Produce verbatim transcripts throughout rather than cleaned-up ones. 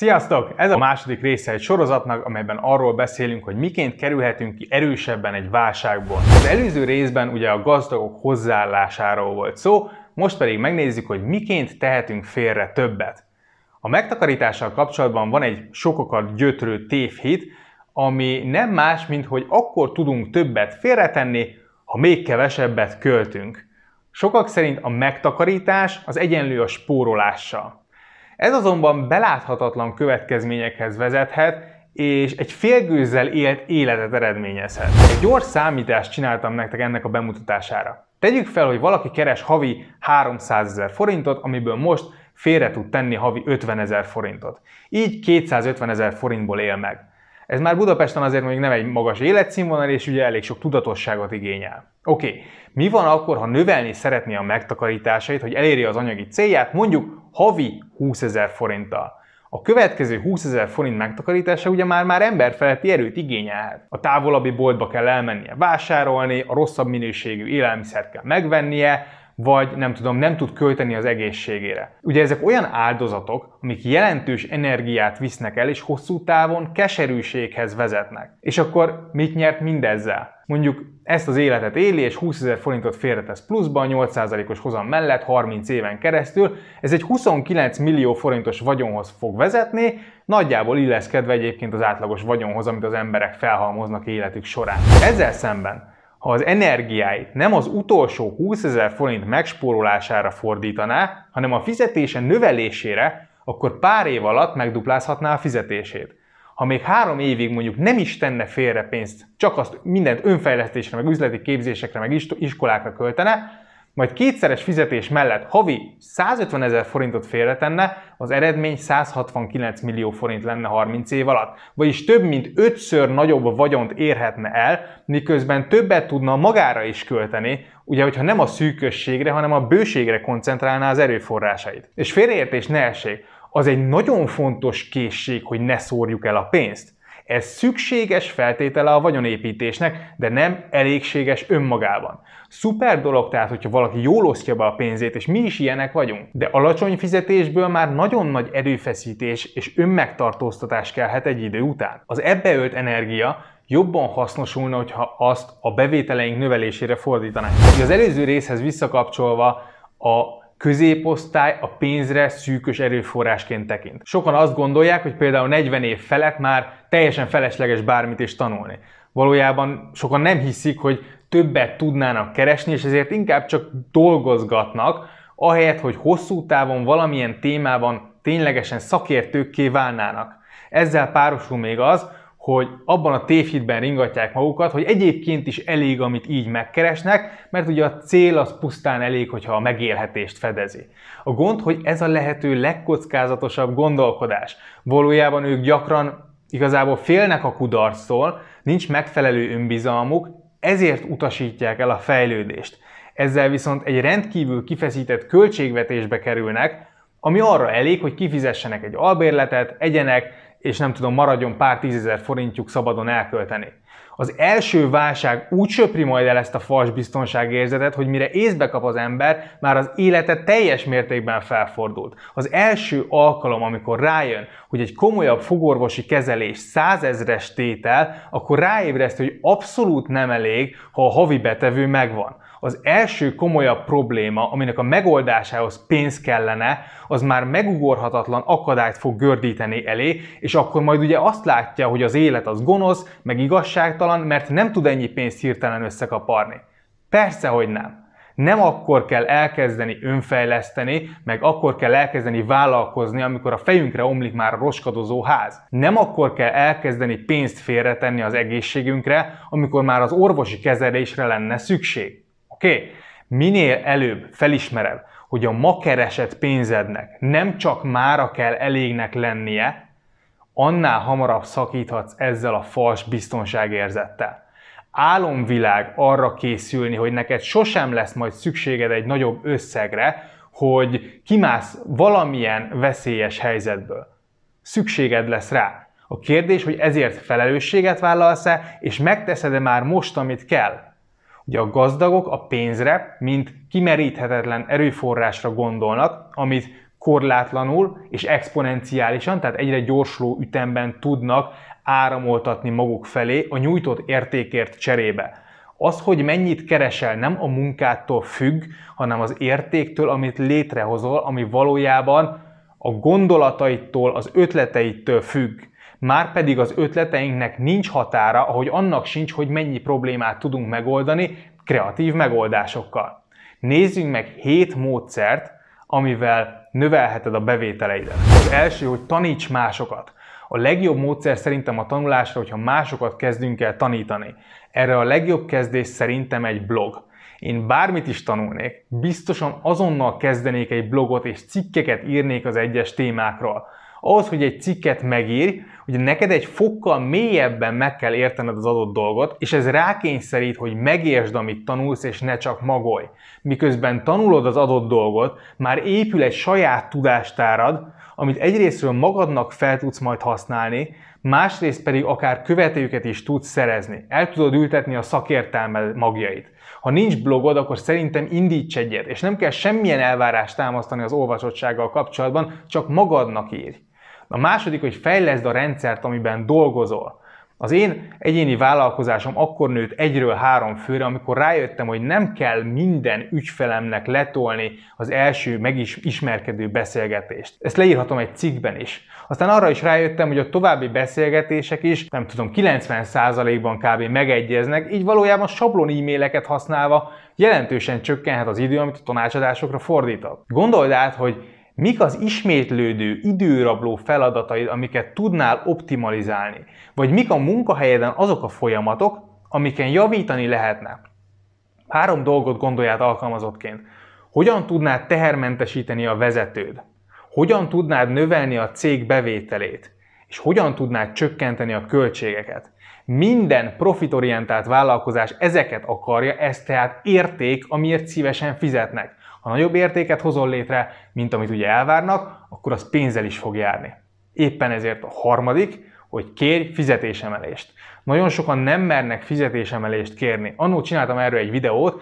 Sziasztok! Ez a második része egy sorozatnak, amelyben arról beszélünk, hogy miként kerülhetünk ki erősebben egy válságból. Az előző részben ugye a gazdagok hozzáállásáról volt szó, most pedig megnézzük, hogy miként tehetünk félre többet. A megtakarítással kapcsolatban van egy sokakat gyötrő tévhit, ami nem más, mint hogy akkor tudunk többet félretenni, ha még kevesebbet költünk. Sokak szerint a megtakarítás az egyenlő a spórolással. Ez azonban beláthatatlan következményekhez vezethet, és egy félgőzzel élt életet eredményezhet. Egy gyors számítást csináltam nektek ennek a bemutatására. Tegyük fel, hogy valaki keres havi háromszázezer forintot, amiből most félre tud tenni havi ötvenezer forintot. Így kétszázötvenezer forintból él meg. Ez már Budapesten azért még nem egy magas életszínvonal, és ugye elég sok tudatosságot igényel. Oké, okay. Mi van akkor, ha növelni szeretné a megtakarításait, hogy elérje az anyagi célját, mondjuk havi húszezer forinttal? A következő húszezer forint megtakarítása ugye már, már emberfeletti erőt igényelhet. A távolabbi boltba kell elmennie vásárolni, a rosszabb minőségű élelmiszert kell megvennie, vagy nem tudom, nem tud költeni az egészségére. Ugye ezek olyan áldozatok, amik jelentős energiát visznek el, és hosszú távon keserűséghez vezetnek. És akkor mit nyert mindezzel? Mondjuk ezt az életet éli, és húszezer forintot félretesz pluszban, nyolc százalékos hozam mellett harminc éven keresztül. Ez egy huszonkilenc millió forintos vagyonhoz fog vezetni, nagyjából illeszkedve egyébként az átlagos vagyonhoz, amit az emberek felhalmoznak életük során. Ezzel szemben, ha az energiáit nem az utolsó húszezer forint megspórolására fordítaná, hanem a fizetése növelésére, akkor pár év alatt megduplázhatná a fizetését. Ha még három évig mondjuk nem is tenne félre pénzt, csak azt mindent önfejlesztésre, meg üzleti képzésekre, meg iskolákra költene, majd kétszeres fizetés mellett havi százötvenezer forintot félretenne, az eredmény százhatvankilenc millió forint lenne harminc év alatt. Vagyis több mint ötször nagyobb vagyont érhetne el, miközben többet tudna magára is költeni, ugye, hogyha nem a szűkösségre, hanem a bőségre koncentrálná az erőforrásait. És félreértés ne essék, az egy nagyon fontos készség, hogy ne szórjuk el a pénzt. Ez szükséges feltétele a vagyonépítésnek, de nem elégséges önmagában. Szuper dolog tehát, hogyha valaki jól osztja be a pénzét, és mi is ilyenek vagyunk. De alacsony fizetésből már nagyon nagy erőfeszítés és önmegtartóztatás kellhet egy idő után. Az ebbe ölt energia jobban hasznosulna, hogyha azt a bevételeink növelésére fordítanánk. Az előző részhez visszakapcsolva, a középosztály a pénzre szűkös erőforrásként tekint. Sokan azt gondolják, hogy például negyven év felett már teljesen felesleges bármit is tanulni. Valójában sokan nem hiszik, hogy többet tudnának keresni, és ezért inkább csak dolgozgatnak, ahelyett, hogy hosszú távon valamilyen témában ténylegesen szakértőkké válnának. Ezzel párosul még az, hogy abban a tévhitben ringatják magukat, hogy egyébként is elég, amit így megkeresnek, mert ugye a cél az pusztán elég, hogyha a megélhetést fedezi. A gond, hogy ez a lehető legkockázatosabb gondolkodás. Valójában ők gyakran igazából félnek a kudarctól, nincs megfelelő önbizalmuk, ezért utasítják el a fejlődést. Ezzel viszont egy rendkívül kifeszített költségvetésbe kerülnek, ami arra elég, hogy kifizessenek egy albérletet, egyenek, és nem tudom, maradjon pár tízezer forintjuk szabadon elkölteni. Az első válság úgy söpri majd el ezt a fals biztonságérzetet, hogy mire észbe kap az ember, már az élete teljes mértékben felfordult. Az első alkalom, amikor rájön, hogy egy komolyabb fogorvosi kezelés százezres tétel, akkor ráébreszt, hogy abszolút nem elég, ha a havi betevő megvan. Az első komolyabb probléma, aminek a megoldásához pénz kellene, az már megugorhatatlan akadályt fog gördíteni elé, és akkor majd ugye azt látja, hogy az élet az gonosz, meg igazságtalan, mert nem tud ennyi pénzt hirtelen összekaparni. Persze, hogy nem. Nem akkor kell elkezdeni önfejleszteni, meg akkor kell elkezdeni vállalkozni, amikor a fejünkre omlik már a roskadozó ház. Nem akkor kell elkezdeni pénzt félretenni az egészségünkre, amikor már az orvosi kezelésre lenne szükség. Oké? Okay. Minél előbb felismered, hogy a ma keresett pénzednek nem csak mára kell elégnek lennie, annál hamarabb szakíthatsz ezzel a fals biztonságérzettel. Álomvilág arra készülni, hogy neked sosem lesz majd szükséged egy nagyobb összegre, hogy kimász valamilyen veszélyes helyzetből. Szükséged lesz rá. A kérdés, hogy ezért felelősséget vállalsz-e, és megteszed-e már most, amit kell. Ugye a gazdagok a pénzre, mint kimeríthetetlen erőforrásra gondolnak, amit korlátlanul és exponenciálisan, tehát egyre gyorsuló ütemben tudnak áramoltatni maguk felé a nyújtott értékért cserébe. Az, hogy mennyit keresel, nem a munkától függ, hanem az értéktől, amit létrehozol, ami valójában a gondolataitól, az ötleteitől függ. Márpedig az ötleteinknek nincs határa, ahogy annak sincs, hogy mennyi problémát tudunk megoldani kreatív megoldásokkal. Nézzünk meg hét módszert, amivel növelheted a bevételeidet. Az első, hogy taníts másokat. A legjobb módszer szerintem a tanulásra, hogyha másokat kezdünk el tanítani. Erre a legjobb kezdés szerintem egy blog. Én bármit is tanulnék, biztosan azonnal kezdenék egy blogot és cikkeket írnék az egyes témákról. Ahhoz, hogy egy cikket megírj, ugye neked egy fokkal mélyebben meg kell értened az adott dolgot, és ez rákényszerít, hogy megértsd, amit tanulsz, és ne csak magolj. Miközben tanulod az adott dolgot, már épül egy saját tudástárad, amit egyrésztről magadnak fel tudsz majd használni, másrészt pedig akár követőket is tudsz szerezni. El tudod ültetni a szakértelmed magjait. Ha nincs blogod, akkor szerintem indíts egyet, és nem kell semmilyen elvárást támasztani az olvasottsággal kapcsolatban, csak magadnak írj. A második, hogy fejleszd a rendszert, amiben dolgozol. Az én egyéni vállalkozásom akkor nőtt egyről három főre, amikor rájöttem, hogy nem kell minden ügyfelemnek letolni az első megismerkedő beszélgetést. Ezt leírhatom egy cikkben is. Aztán arra is rájöttem, hogy a további beszélgetések is, nem tudom, kilencven százalékban kb. Megegyeznek, így valójában sablon e-maileket használva jelentősen csökkenhet az idő, amit a tanácsadásokra fordítok. Gondold át, hogy mik az ismétlődő, időrabló feladataid, amiket tudnál optimalizálni? Vagy mik a munkahelyeden azok a folyamatok, amiken javítani lehetne? Három dolgot gondolj át alkalmazottként. Hogyan tudnád tehermentesíteni a vezetőd? Hogyan tudnád növelni a cég bevételét? És hogyan tudnád csökkenteni a költségeket? Minden profitorientált vállalkozás ezeket akarja, ez tehát érték, amiért szívesen fizetnek. Ha nagyobb értéket hozol létre, mint amit ugye elvárnak, akkor az pénzzel is fog járni. Éppen ezért a harmadik, hogy kérj fizetésemelést. Nagyon sokan nem mernek fizetésemelést kérni. Annól csináltam erről egy videót,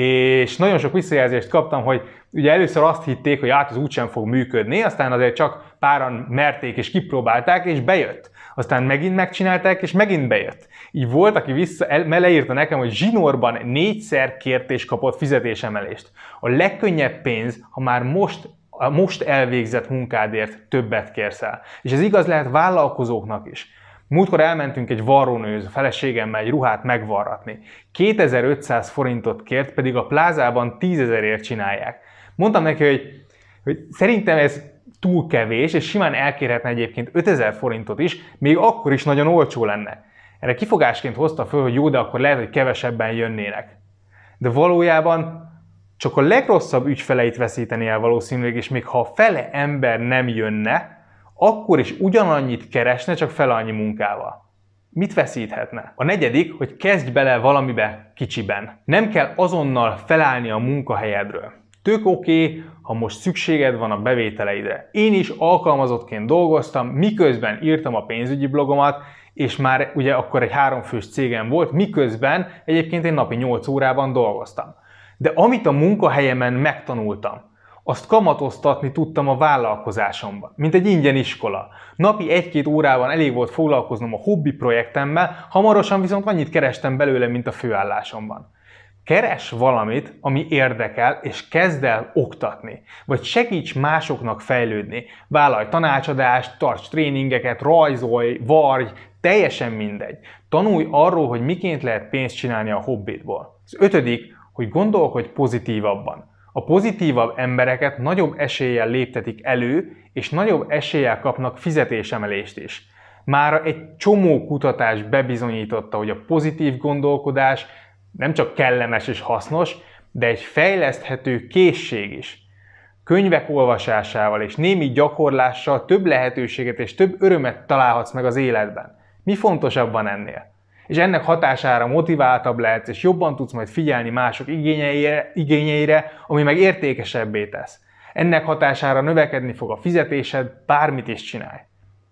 és nagyon sok visszajelzést kaptam, hogy ugye először azt hitték, hogy át az úgysem fog működni, aztán azért csak páran merték és kipróbálták, és bejött. Aztán megint megcsinálták, és megint bejött. Így volt, aki vissza, el, leírta nekem, hogy zsinórban négyszer kért és kapott fizetésemelést. A legkönnyebb pénz, ha már most, a most elvégzett munkádért többet kérsz el. És ez igaz lehet vállalkozóknak is. Múltkor elmentünk egy varrónőhöz, a feleségemmel egy ruhát megvarratni. kétezer-ötszáz forintot kért, pedig a plázában tízezerért csinálják. Mondtam neki, hogy, hogy szerintem ez túl kevés, és simán elkérhetne egyébként ötezer forintot is, még akkor is nagyon olcsó lenne. Erre kifogásként hozta föl, hogy jó, de akkor lehet, hogy kevesebben jönnének. De valójában csak a legrosszabb ügyfeleit veszíteni el valószínűleg, és még ha a fele ember nem jönne, akkor is ugyanannyit keresne, csak fele annyi munkával. Mit veszíthetne? A negyedik, hogy kezdj bele valamibe kicsiben. Nem kell azonnal felállni a munkahelyedről. Tök oké, okay, ha most szükséged van a bevételeidre. Én is alkalmazottként dolgoztam, miközben írtam a pénzügyi blogomat, és már ugye akkor egy háromfős cégem volt, miközben egyébként én napi nyolc órában dolgoztam. De amit a munkahelyemen megtanultam, azt kamatoztatni tudtam a vállalkozásomban, mint egy ingyen iskola. Napi egy-két órában elég volt foglalkoznom a hobbi projektemmel, hamarosan viszont annyit kerestem belőle, mint a főállásomban. Keres valamit, ami érdekel, és kezd el oktatni, vagy segíts másoknak fejlődni. Vállalj tanácsadást, tarts tréningeket, rajzolj, varj, teljesen mindegy. Tanulj arról, hogy miként lehet pénzt csinálni a hobbitból. Az ötödik, hogy gondolkodj pozitívabban. A pozitívabb embereket nagyobb eséllyel léptetik elő, és nagyobb eséllyel kapnak fizetésemelést is. Mára egy csomó kutatás bebizonyította, hogy a pozitív gondolkodás nem csak kellemes és hasznos, de egy fejleszthető készség is. Könyvek olvasásával és némi gyakorlással több lehetőséget és több örömet találhatsz meg az életben. Mi fontosabban ennél? És ennek hatására motiváltabb lehetsz, és jobban tudsz majd figyelni mások igényeire, igényeire, ami meg értékesebbé tesz. Ennek hatására növekedni fog a fizetésed, bármit is csinálj.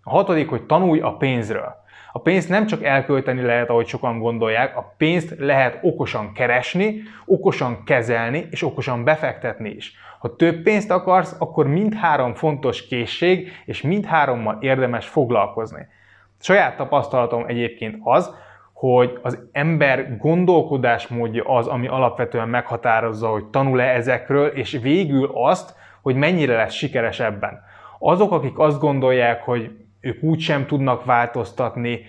A hatodik, hogy tanulj a pénzről. A pénzt nem csak elkölteni lehet, ahogy sokan gondolják, a pénzt lehet okosan keresni, okosan kezelni és okosan befektetni is. Ha több pénzt akarsz, akkor mindhárom fontos készség, és mindhárommal érdemes foglalkozni. Saját tapasztalatom egyébként az, hogy az ember gondolkodásmódja az, ami alapvetően meghatározza, hogy tanul-e ezekről, és végül azt, hogy mennyire lesz sikeres ebben. Azok, akik azt gondolják, hogy ők úgysem tudnak változtatni,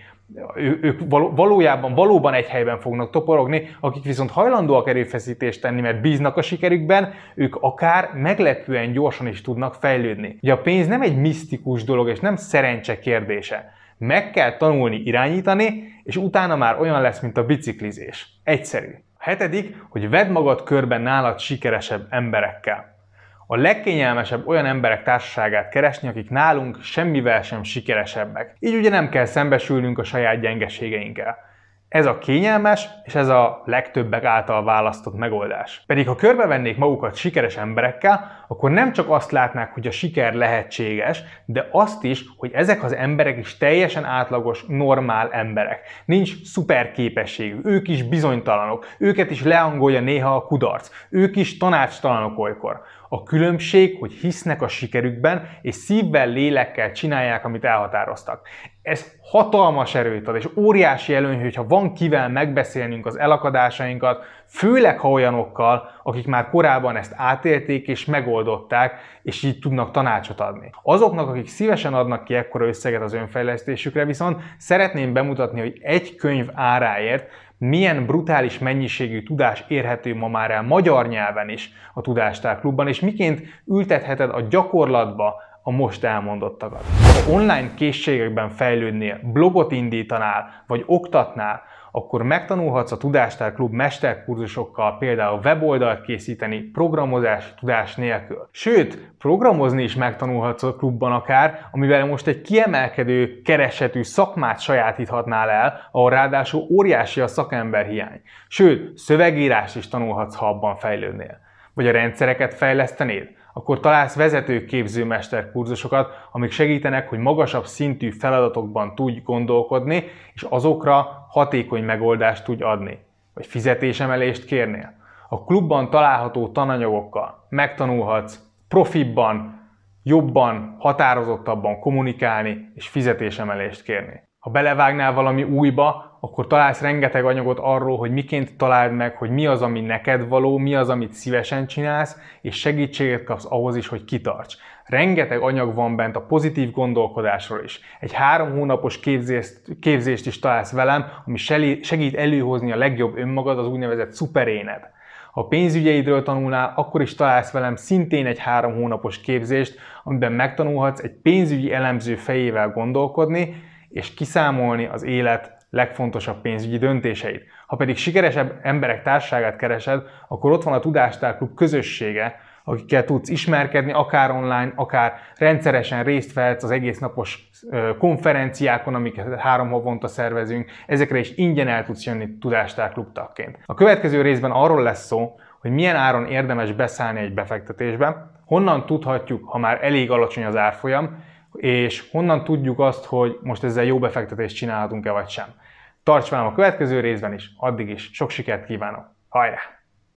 ők valójában valóban egy helyben fognak toporogni, akik viszont hajlandóak erőfeszítést tenni, mert bíznak a sikerükben, ők akár meglepően gyorsan is tudnak fejlődni. Ugye a pénz nem egy misztikus dolog, és nem szerencse kérdése. Meg kell tanulni irányítani, és utána már olyan lesz, mint a biciklizés. Egyszerű. A hetedik, hogy vedd magad körben nálad sikeresebb emberekkel. A legkényelmesebb olyan emberek társaságát keresni, akik nálunk semmivel sem sikeresebbek. Így ugye nem kell szembesülnünk a saját gyengeségeinkkel. Ez a kényelmes, és ez a legtöbbek által választott megoldás. Pedig ha körbevennék magukat sikeres emberekkel, akkor nem csak azt látnák, hogy a siker lehetséges, de azt is, hogy ezek az emberek is teljesen átlagos, normál emberek. Nincs szuper képességük, ők is bizonytalanok, őket is leangolja néha a kudarc, ők is tanácstalanok olykor. A különbség, hogy hisznek a sikerükben, és szívvel, lélekkel csinálják, amit elhatároztak. Ez hatalmas erőt ad, és óriási előny, hogyha van kivel megbeszélnünk az elakadásainkat, főleg ha olyanokkal, akik már korábban ezt átélték és megoldották, és így tudnak tanácsot adni. Azoknak, akik szívesen adnak ki ekkora összeget az önfejlesztésükre, viszont szeretném bemutatni, hogy egy könyv áráért milyen brutális mennyiségű tudás érhető ma már el magyar nyelven is a Tudástár Klubban, és miként ültetheted a gyakorlatba a most elmondottakat. Ha online készségekben fejlődnél, blogot indítanál, vagy oktatnál, akkor megtanulhatsz a Tudástár Klub mesterkurzusokkal például weboldalt készíteni programozási tudás nélkül. Sőt, programozni is megtanulhatsz a klubban akár, amivel most egy kiemelkedő keresetű szakmát sajátíthatnál el, ahol ráadásul óriási a szakemberhiány. Sőt, szövegírást is tanulhatsz, ha abban fejlődnél. Vagy a rendszereket fejlesztenéd? Akkor találsz vezetőképző mesterkurzusokat, amik segítenek, hogy magasabb szintű feladatokban tudj gondolkodni, és azokra hatékony megoldást tudj adni. Vagy fizetésemelést kérnél. A klubban található tananyagokkal megtanulhatsz profibban, jobban, határozottabban kommunikálni és fizetésemelést kérni. Ha belevágnál valami újba, akkor találsz rengeteg anyagot arról, hogy miként találd meg, hogy mi az, ami neked való, mi az, amit szívesen csinálsz, és segítséget kapsz ahhoz is, hogy kitarts. Rengeteg anyag van bent a pozitív gondolkodásról is. Egy három hónapos képzést, képzést is találsz velem, ami segít előhozni a legjobb önmagad, az úgynevezett szuperéned. Ha a pénzügyeidről tanulnál, akkor is találsz velem szintén egy három hónapos képzést, amiben megtanulhatsz egy pénzügyi elemző fejével gondolkodni, és kiszámolni az élet legfontosabb pénzügyi döntéseit. Ha pedig sikeresebb emberek társaságát keresed, akkor ott van a Tudástár Klub közössége, akikkel tudsz ismerkedni, akár online, akár rendszeresen részt vehetsz az egész napos konferenciákon, amiket három havonta szervezünk, ezekre is ingyen el tudsz jönni Tudástár Klub tagként. A következő részben arról lesz szó, hogy milyen áron érdemes beszállni egy befektetésbe, honnan tudhatjuk, ha már elég alacsony az árfolyam, és honnan tudjuk azt, hogy most ezzel jó befektetést csinálhatunk-e vagy sem. Tarts velem a következő részben is, addig is sok sikert kívánok! Hajrá!